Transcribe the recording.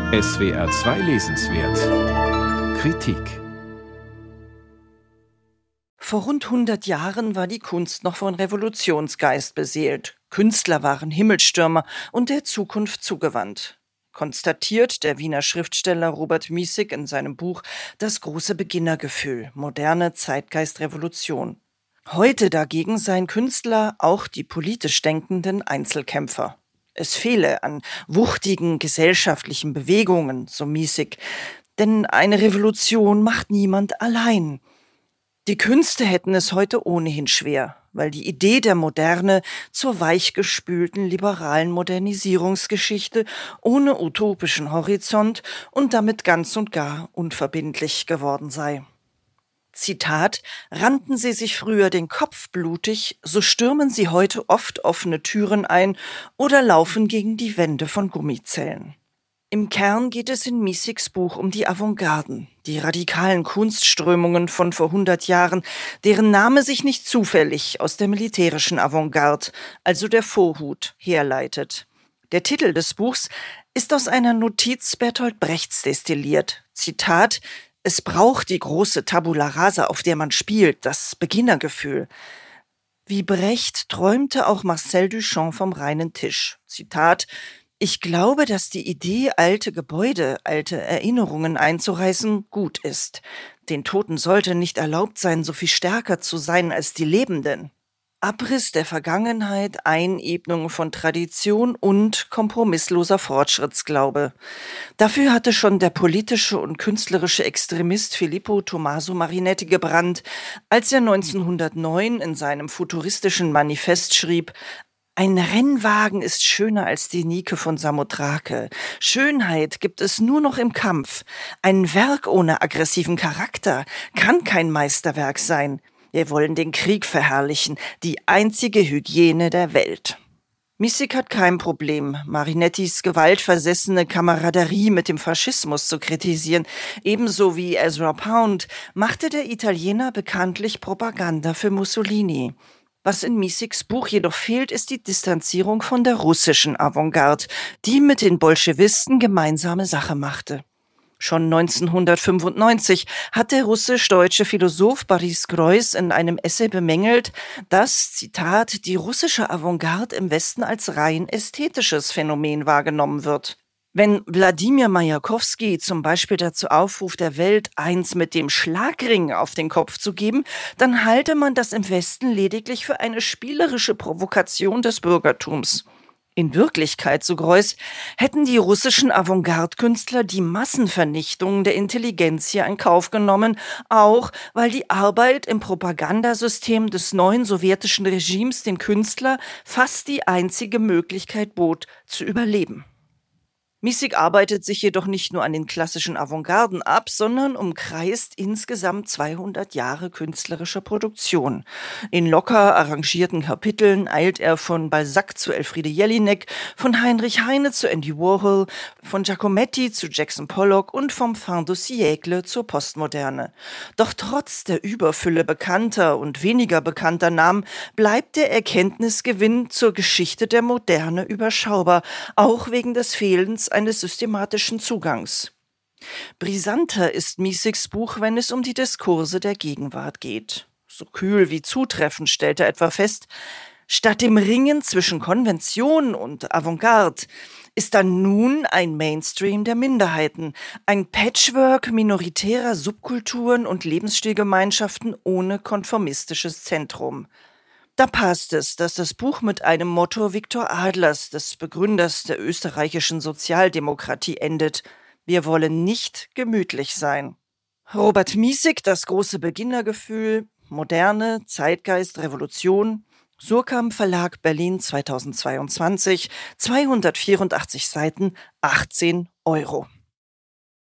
SWR 2 Lesenswert Kritik. Vor rund 100 Jahren war die Kunst noch von Revolutionsgeist beseelt. Künstler waren Himmelstürmer und der Zukunft zugewandt. Konstatiert der Wiener Schriftsteller Robert Miesig in seinem Buch Das große Beginnergefühl, moderne Zeitgeist, Revolution. Heute dagegen seien Künstler auch die politisch denkenden Einzelkämpfer. Es fehle an wuchtigen gesellschaftlichen Bewegungen, so Miesig, denn eine Revolution macht niemand allein. Die Künste hätten es heute ohnehin schwer, weil die Idee der Moderne zur weichgespülten liberalen Modernisierungsgeschichte ohne utopischen Horizont und damit ganz und gar unverbindlich geworden sei. Zitat: Rannten sie sich früher den Kopf blutig, so stürmen sie heute oft offene Türen ein oder laufen gegen die Wände von Gummizellen. Im Kern geht es in Miesigs Buch um die Avantgarden, die radikalen Kunstströmungen von vor 100 Jahren, deren Name sich nicht zufällig aus der militärischen Avantgarde, also der Vorhut, herleitet. Der Titel des Buchs ist aus einer Notiz Bertolt Brechts destilliert. Zitat: Es braucht die große Tabula rasa, auf der man spielt, das Beginnergefühl. Wie Brecht träumte auch Marcel Duchamp vom reinen Tisch. Zitat: Ich glaube, dass die Idee, alte Gebäude, alte Erinnerungen einzureißen, gut ist. Den Toten sollte nicht erlaubt sein, so viel stärker zu sein als die Lebenden. Abriss der Vergangenheit, Einebnung von Tradition und kompromissloser Fortschrittsglaube. Dafür hatte schon der politische und künstlerische Extremist Filippo Tommaso Marinetti gebrannt, als er 1909 in seinem futuristischen Manifest schrieb: Ein Rennwagen ist schöner als die Nike von Samothrake. Schönheit gibt es nur noch im Kampf. Ein Werk ohne aggressiven Charakter kann kein Meisterwerk sein. Wir wollen den Krieg verherrlichen, die einzige Hygiene der Welt. Miesig hat kein Problem, Marinettis gewaltversessene Kameraderie mit dem Faschismus zu kritisieren. Ebenso wie Ezra Pound machte der Italiener bekanntlich Propaganda für Mussolini. Was in Miesigs Buch jedoch fehlt, ist die Distanzierung von der russischen Avantgarde, die mit den Bolschewisten gemeinsame Sache machte. Schon 1995 hat der russisch-deutsche Philosoph Boris Groys in einem Essay bemängelt, dass, Zitat, die russische Avantgarde im Westen als rein ästhetisches Phänomen wahrgenommen wird. Wenn Wladimir Majakowski zum Beispiel dazu aufruft, der Welt eins mit dem Schlagring auf den Kopf zu geben, dann halte man das im Westen lediglich für eine spielerische Provokation des Bürgertums. In Wirklichkeit, so Groys, hätten die russischen Avantgarde-Künstler die Massenvernichtung der Intelligenzia in Kauf genommen, auch weil die Arbeit im Propagandasystem des neuen sowjetischen Regimes dem Künstler fast die einzige Möglichkeit bot, zu überleben. Miesig arbeitet sich jedoch nicht nur an den klassischen Avantgarden ab, sondern umkreist insgesamt 200 Jahre künstlerischer Produktion. In locker arrangierten Kapiteln eilt er von Balzac zu Elfriede Jelinek, von Heinrich Heine zu Andy Warhol, von Giacometti zu Jackson Pollock und vom Fin de siècle zur Postmoderne. Doch trotz der Überfülle bekannter und weniger bekannter Namen bleibt der Erkenntnisgewinn zur Geschichte der Moderne überschaubar, auch wegen des Fehlens eines systematischen Zugangs. Brisanter ist Miesigs Buch, wenn es um die Diskurse der Gegenwart geht. So kühl wie zutreffend stellt er etwa fest: Statt dem Ringen zwischen Konvention und Avantgarde ist dann nun ein Mainstream der Minderheiten, ein Patchwork minoritärer Subkulturen und Lebensstilgemeinschaften ohne konformistisches Zentrum. Da passt es, dass das Buch mit einem Motto Viktor Adlers, des Begründers der österreichischen Sozialdemokratie, endet: Wir wollen nicht gemütlich sein. Robert Miesig, Das große Beginnergefühl, moderne Zeitgeist, Revolution, Surkamp Verlag, Berlin 2022, 284 Seiten, 18 €.